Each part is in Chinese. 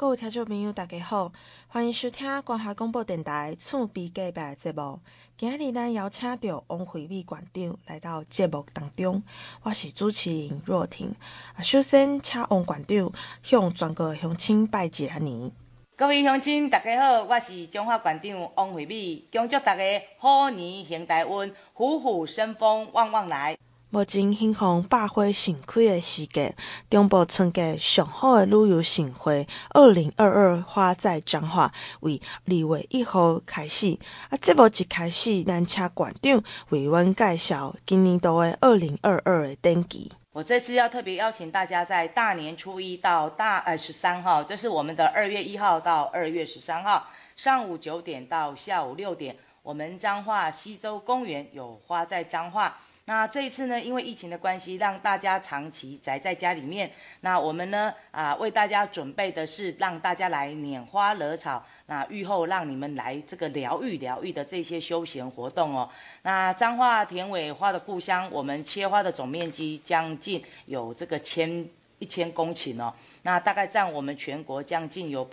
各位听众朋友，大家好，欢迎收听关华广播电台厝边隔壁的节目。今日咱邀请到王惠美馆长来到节目当中，我是主持人若婷。首先，请王馆长向全国乡亲拜一年。 各位乡亲，大家好，我是中华馆长王惠美，恭祝大家虎年行大运，虎虎生风，旺旺来。 目前兴旺百花盛开的时节，中部春节上好的旅游盛会2022花在彰化，为2月1号开始。节目一开始，咱请馆长为阮介绍今年度的2022的展期。 我这次要特别邀请大家在大年初一到13号，这是我们的2月1号到2月13号，上午9点到下午6点，我们彰化西洲公园有花在彰化。那这一次呢，因为疫情的关系，让大家长期宅在家里面。那我们呢，为大家准备的是让大家来拈花惹草，那预后让你们来这个疗愈的这些休闲活动哦。那彰化田尾花的故乡，我们切花的总面积将近有这个1000公頃哦。那大概占我们全国将近有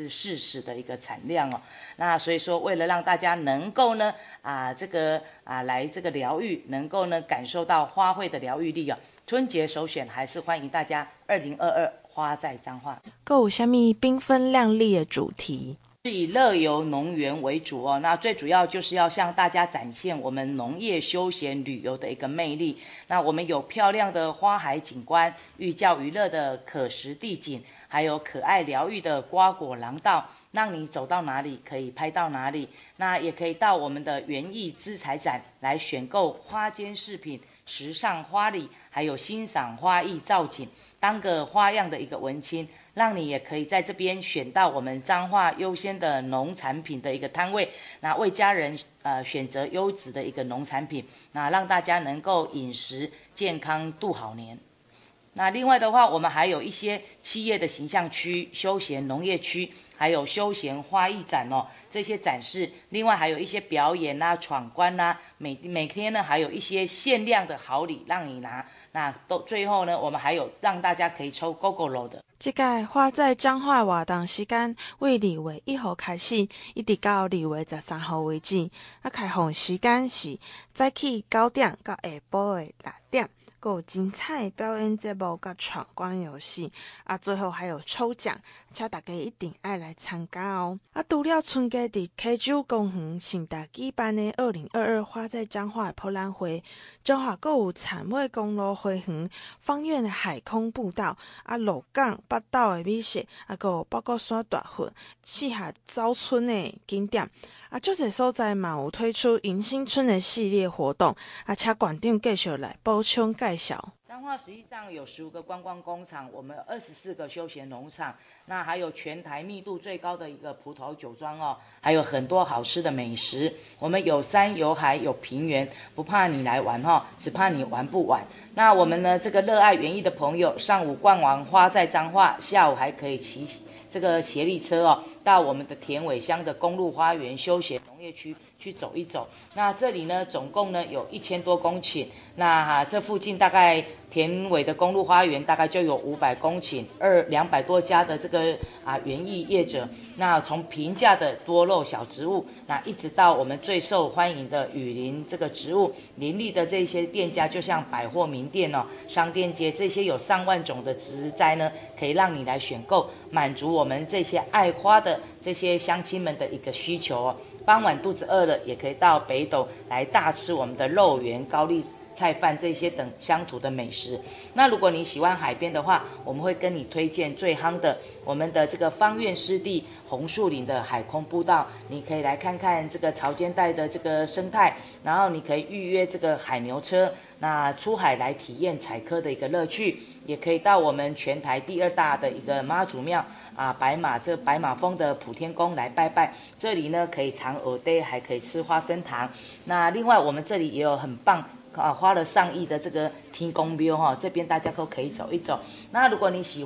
40%的一个产量哦。那所以说，为了让大家能够呢来这个疗愈，能够呢感受到花卉的疗愈力哦，春节首选还是欢迎大家2022花在彰化。 还有什么缤纷亮丽的主题？ 是以乐游农园为主哦，那最主要就是要向大家展现我们农业休闲旅游的一个魅力。那我们有漂亮的花海景观、寓教于乐的可食地景，还有可爱疗愈的瓜果廊道，让你走到哪里可以拍到哪里。那也可以到我们的园艺资材展来选购花间饰品、时尚花礼，还有欣赏花艺造景，当个花样的一个文青。让你也可以在这边选到我们彰化优先的农产品的一个摊位，那为家人选择优质的一个农产品，那让大家能够饮食健康度好年。那另外的话，我们还有一些企业的形象区、休闲农业区，还有休闲花艺展哦，这些展示。另外还有一些表演啊、闯关啊，每天呢还有一些限量的好礼让你拿。那最后呢，我们还有让大家可以抽 GoGo 的。 这届花在彰化活动时间为2月1号开始，一直到2月13号为止。开放时间是早起9点到下晡的6点。还有精彩的表演节目甲闯关游戏，最后还有抽奖，请大家一定爱来参加哦。除了春节伫溪洲公园盛大举办的2022花在彰化的博览会，彰化还有田尾公路花园、芳苑的海空步道，鹿港北岛的美食，还有八卦山大佛，适合走春的景点。足侪所在嘛有推出迎新春的系列活动，请馆长继续来补充介绍。 彰化实际上有15个观光工厂，我们有24个休闲农场，那还有全台密度最高的一个葡萄酒庄哦，还有很多好吃的美食。我们有山有海有平原，不怕你来玩哦，只怕你玩不完。那我们呢，这个热爱园艺的朋友，上午逛完花在彰化，下午还可以骑这个协力车哦，到我们的田尾乡的公路花园休闲农业区去走一走。那这里呢，总共呢有1000多公顷。那这附近大概田尾的公路花园大概就有500公顷，200多家的这个园艺业者。那从平价的多肉小植物，那一直到我们最受欢迎的雨林这个植物，林立的这些店家，就像百货名店哦、商店街这些有上万种的植栽呢，可以让你来选购，满足我们这些爱花的这些乡亲们的一个需求哦。傍晚肚子饿了，也可以到北斗来大吃我们的肉圆、高丽菜饭这些等乡土的美食。那如果你喜欢海边的话，我们会跟你推荐最夯的我们的这个芳苑湿地红树林的海空步道，你可以来看看这个潮间带的这个生态，然后你可以预约这个海牛车，那出海来体验采科的一个乐趣，也可以到我们全台第2大的一个妈祖庙白马峰的普天宫来拜拜。这里呢可以尝蚵嗲，还可以吃花生糖。那另外我们这里也有很棒花了上亿的这个天公庙这边大家都可以走一走。那如果你喜欢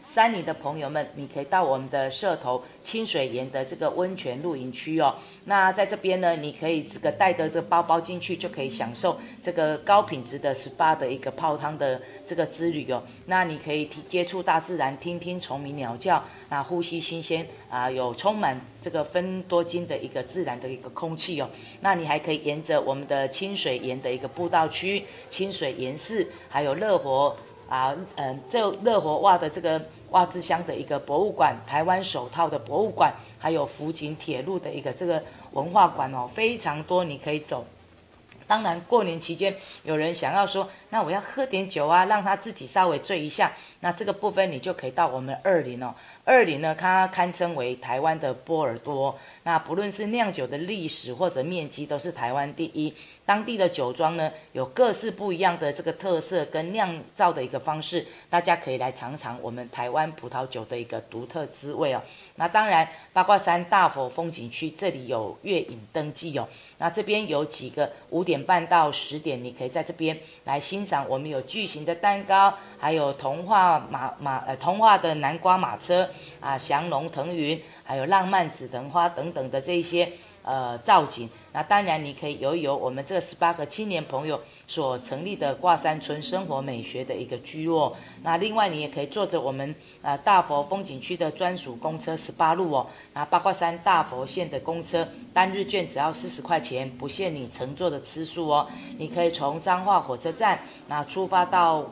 山里的朋友们，你可以到我们的社头清水岩的这个温泉露营区哦。那在这边呢，你可以这个带个这个包包进去，就可以享受这个高品质的 SPA 的一个泡汤的这个之旅哦。那你可以接触大自然，听听虫鸣鸟叫，那呼吸新鲜有充满这个芬多精的一个自然的一个空气哦。那你还可以沿着我们的清水岩的一个步道区、清水岩寺，还有乐活这乐活袜的这个袜之乡的一个博物馆，台湾手套的博物馆，还有福井铁路的一个这个文化馆哦，非常多你可以走。当然过年期间有人想要说，那我要喝点酒啊，让他自己稍微醉一下，那这个部分你就可以到我们20哦。20呢，它堪称为台湾的波尔多，那不论是酿酒的历史或者面积都是台湾第一。当地的酒庄呢，有各式不一样的这个特色跟酿造的一个方式，大家可以来尝尝我们台湾葡萄酒的一个独特滋味哦。那当然，八卦山大佛风景区这里有月影登记哦。那这边有几个5点半到10点，你可以在这边来欣赏我们有巨型的蛋糕，还有童话的南瓜马车降龙腾云，还有浪漫紫藤花等等的这一些造景。那当然你可以游一游我们这个18个青年朋友所成立的挂山村生活美学的一个聚落。那另外你也可以坐着我们大佛风景区的专属公车18路哦。那八卦山大佛线的公车单日券只要40块钱，不限你乘坐的次数哦。你可以从彰化火车站出发到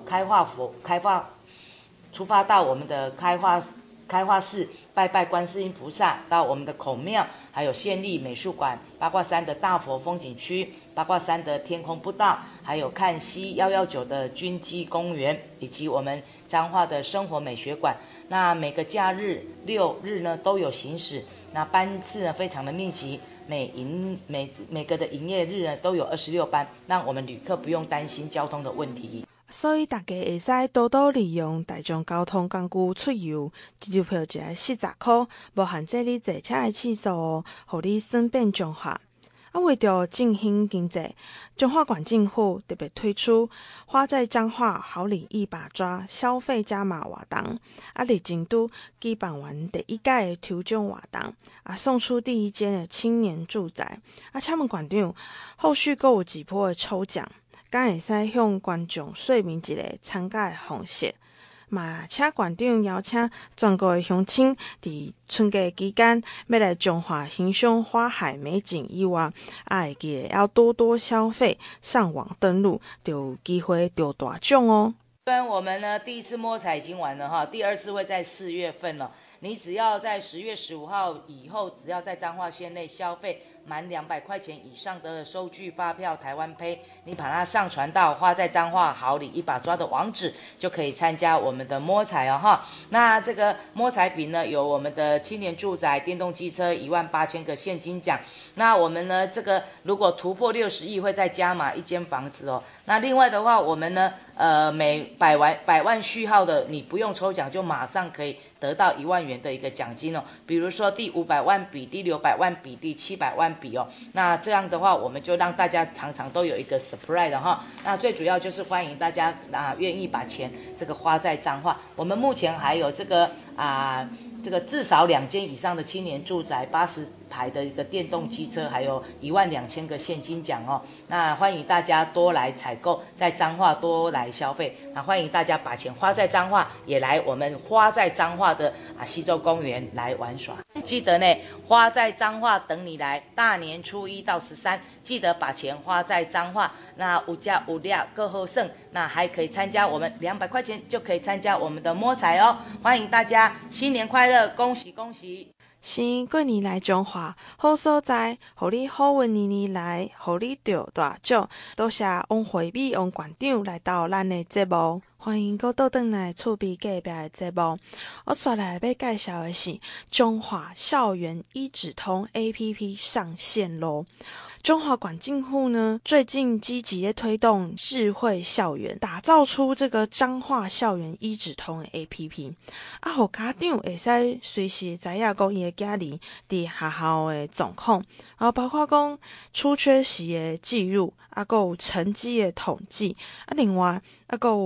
我们的开化寺拜拜观世音菩萨，到我们的孔庙，还有县立美术馆、八卦山的大佛风景区、八卦山的天空步道，还有看西119的军机公园，以及我们彰化的生活美学馆。那每个假日6日呢都有行驶，那班次呢非常的密集，每个的营业日呢都有26班，让我们旅客不用担心交通的问题。 所以大家会使多多利用大众交通工具出游，一张票只要40块，无限制你坐车的次数哦，互你顺便彰化。为着振兴经济，彰化县政府特别推出花在彰化好礼一把抓消费加码活动，日前都举办完第1届的抽奖活动，送出第1间的青年住宅，请问县长，后续还有几波的抽奖？敢会使向观众说明一个参加的方式，嘛请县长邀请全国的乡亲，伫春假期间要来彰化欣赏花海美景以外，会记得要多多消费，上网登录就有机会得大奖哦。 跟我们呢第1次摸彩已经完了哈，第2次会在4月份了。你只要在10月15号以后，只要在彰化县内消费满200块钱以上的收据发票台湾 Pay， 你把它上传到花在彰化好礼一把抓的网址，就可以参加我们的摸彩哦哈。那这个摸彩品呢，有我们的青年住宅、电动机车18000个现金奖。那我们呢这个如果突破60亿会再加码1间房子哦。那另外的话，我们呢每百万序号的你不用抽奖就马上可以得到1万元的一个奖金哦。比如说第500万笔、第600万笔、第700万笔哦。那这样的话，我们就让大家常常都有一个 surprise 的哈。那最主要就是欢迎大家愿意把钱这个花在彰化。我们目前还有这个至少2间以上的青年住宅，80台的一个电动机车，还有12000个现金奖哦。那欢迎大家多来采购，在彰化多来消费。那欢迎大家把钱花在彰化，也来我们花在彰化的西洲公园来玩耍。记得呢，花在彰化等你来，大年初1到13，记得把钱花在彰化。那有价有量各后胜，那还可以参加我们200块钱就可以参加我们的摸彩哦。欢迎大家，新年快乐，恭喜恭喜！ 新过年来彰化，好所在，互你好运年年来，互你得大奖。多谢王惠美王馆长来到咱的节目，欢迎搁倒转来厝边隔壁的节目。我接下来要介绍的是中华校园一指通 APP 上线咯。中华县政府呢，最近积极的推动智慧校园，打造出这个彰化校园一指通的 APP，互家长会使随时知影讲伊的囝儿伫学校的状况，包括讲出缺席的记录，还有成绩的统计，另外还有会使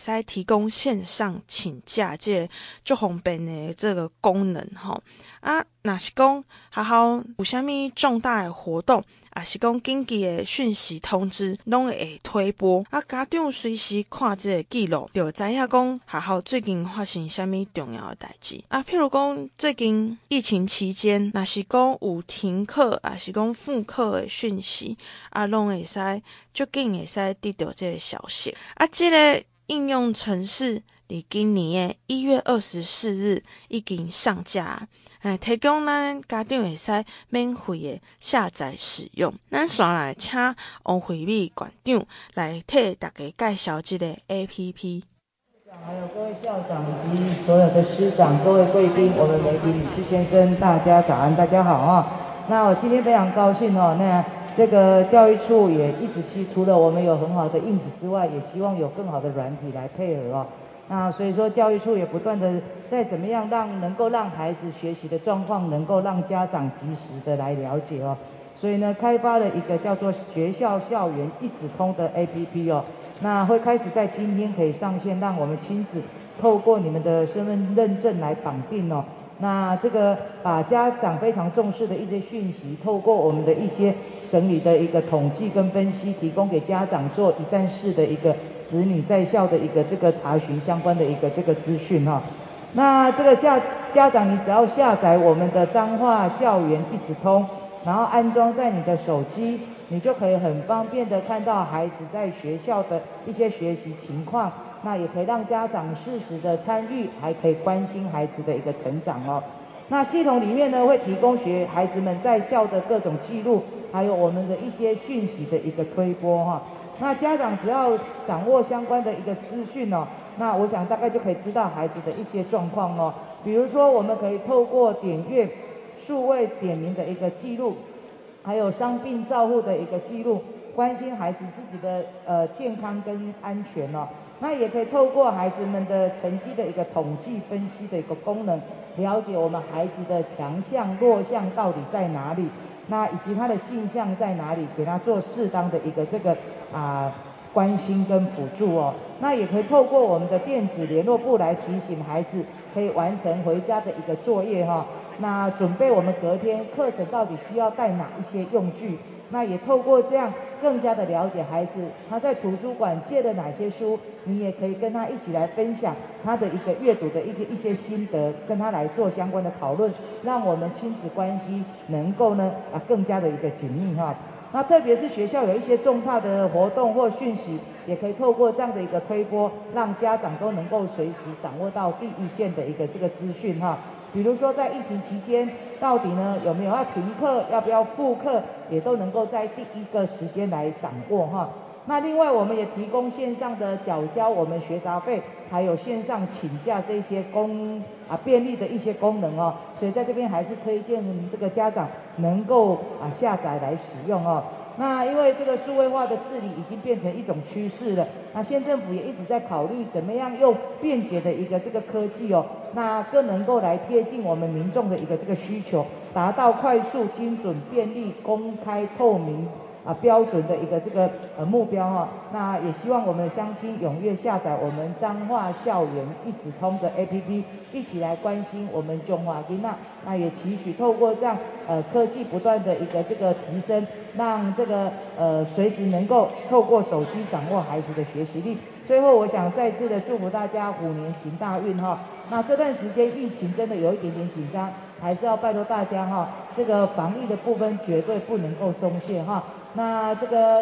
使提供线上请假这个最方便的这个功能吼。啊，若是讲学校有啥物重大的活动，也是讲紧急的讯息通知，拢会推播。啊，家长随时看这个记录，就知影讲学校最近发生啥物重要的代志。啊，譬如讲最近疫情期间，若是讲有停课，也是讲复课的讯息，啊，拢会使就紧会使得到这个消息。啊，这个应用程式伫今年的1月24日已经上架。提供咱家长会使免费的下载使用。咱先来请王惠美馆长来替大家介绍这个 APP。 还有各位校长以及所有的师长、各位贵宾、我们媒体女士先生，大家早安，大家好啊！那我今天非常高兴哦，那这个教育处也一直除了我们有很好的硬体之外，也希望有更好的软体来配合哦。那所以说教育处也不断的在怎么样能够让孩子学习的状况能够让家长及时的来了解哦，所以呢开发了一个叫做学校校园一指通的 APP 哦，那会开始在今天可以上线，让我们亲子透过你们的身份认证来绑定哦。那这个把家长非常重视的一些讯息，透过我们的一些整理的一个统计跟分析，提供给家长做一站式的一个子女在校的一个这个查询相关的一个这个资讯哈。那这个家长你只要下载我们的彰化校园一指通，然后安装在你的手机，你就可以很方便的看到孩子在学校的一些学习情况，那也可以让家长适时的参与，还可以关心孩子的一个成长哦。那系统里面呢会提供孩子们在校的各种记录，还有我们的一些讯息的一个推播哈。那家长只要掌握相关的一个资讯哦，那我想大概就可以知道孩子的一些状况哦。比如说我们可以透过点阅数位点名的一个记录，还有伤病照护的一个记录，关心孩子自己的健康跟安全哦。那也可以透过孩子们的成绩的一个统计分析的一个功能，了解我们孩子的强项弱项到底在哪里，那以及他的性向在哪里，给他做适当的一个这个关心跟辅助哦。那也可以透过我们的电子联络簿来提醒孩子可以完成回家的一个作业哈。那准备我们隔天课程到底需要带哪一些用具，那也透过这样更加的了解孩子他在图书馆借了哪些书，你也可以跟他一起来分享他的一个阅读的一些心得，跟他来做相关的讨论，让我们亲子关系能够呢更加的一个紧密哈。那特别是学校有一些重大的活动或讯息，也可以透过这样的一个推播，让家长都能够随时掌握到第一线的一个这个资讯哈。比如说在疫情期间，到底呢有没有要停课，要不要复课，也都能够在第一个时间来掌握哈。那另外我们也提供线上的缴交我们学杂费，还有线上请假这些便利的一些功能哦，所以在这边还是推荐这个家长能够下载来使用哦。那因为这个数位化的治理已经变成一种趋势了，那县政府也一直在考虑怎么样用便捷的一个这个科技哦，那更能够来贴近我们民众的一个这个需求，达到快速、精准、便利、公开、透明标准的一个这个目标哈。那也希望我们的乡亲踊跃下载我们彰化校园一指通的 APP， 一起来关心我们中华囡仔。那也期许透过这样科技不断的一个这个提升，让这个随时能够透过手机掌握孩子的学习力。最后我想再次的祝福大家虎年行大运哈。那这段时间疫情真的有一点点紧张，还是要拜托大家哈，这个防疫的部分绝对不能够松懈哈。那这个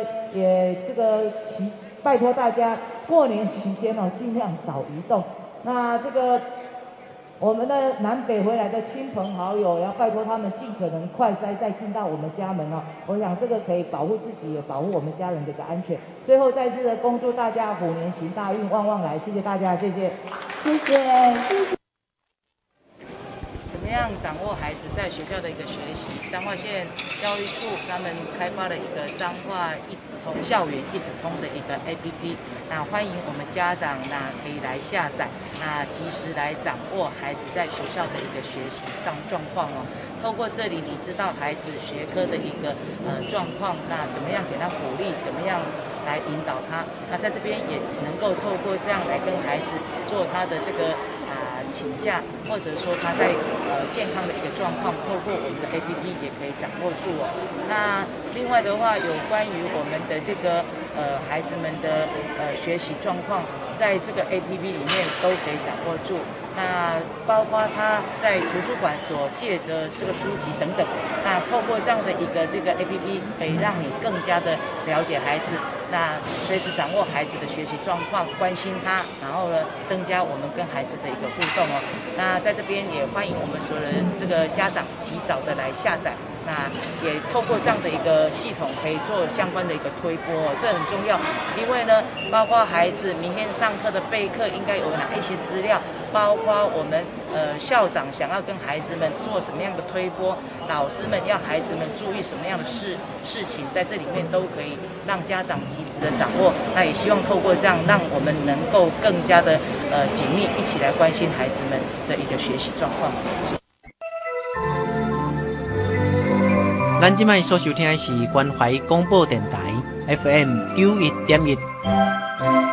拜托大家过年期间尽量少移动。那这个我们的南北回来的亲朋好友，要拜托他们尽可能快筛再进到我们家门哦。我想这个可以保护自己，也保护我们家人的一个安全。最后再次的恭祝大家虎年行大运，旺旺来！谢谢大家，谢谢， 谢谢。 怎么样掌握孩子在学校的一个学习？彰化县教育处他们开发了一个彰化一指通校园一指通的一个 APP， 那欢迎我们家长可以来下载，及时来掌握孩子在学校的一个学习状况哦。透过这里，你知道孩子学科的一个状况，那怎么样给他鼓励，怎么样来引导他。那在这边也能够透过这样来跟孩子做他的这个请假，或者说他在健康的一个状况，透过我们的 APP 也可以掌握住哦。那另外的话，有关于我们的这个孩子们的学习状况，在这个 APP 里面都可以掌握住。那包括他在图书馆所借的这个书籍等等，那透过这样的一个这个 APP， 可以让你更加的了解孩子，那随时掌握孩子的学习状况，关心他，然后呢，增加我们跟孩子的一个互动哦。那在这边也欢迎我们所有的这个家长及早的来下载。那也透过这样的一个系统，可以做相关的一个推播哦，这很重要。因为呢，包括孩子明天上课的备课应该有哪一些资料，包括我们校长想要跟孩子们做什么样的推播，老师们要孩子们注意什么样的事情，在这里面都可以让家长及时的掌握。那也希望透过这样，让我们能够更加的紧密，一起来关心孩子们的一个学习状况。 咱即摆所收听的是关怀广播电台 FM 91.1。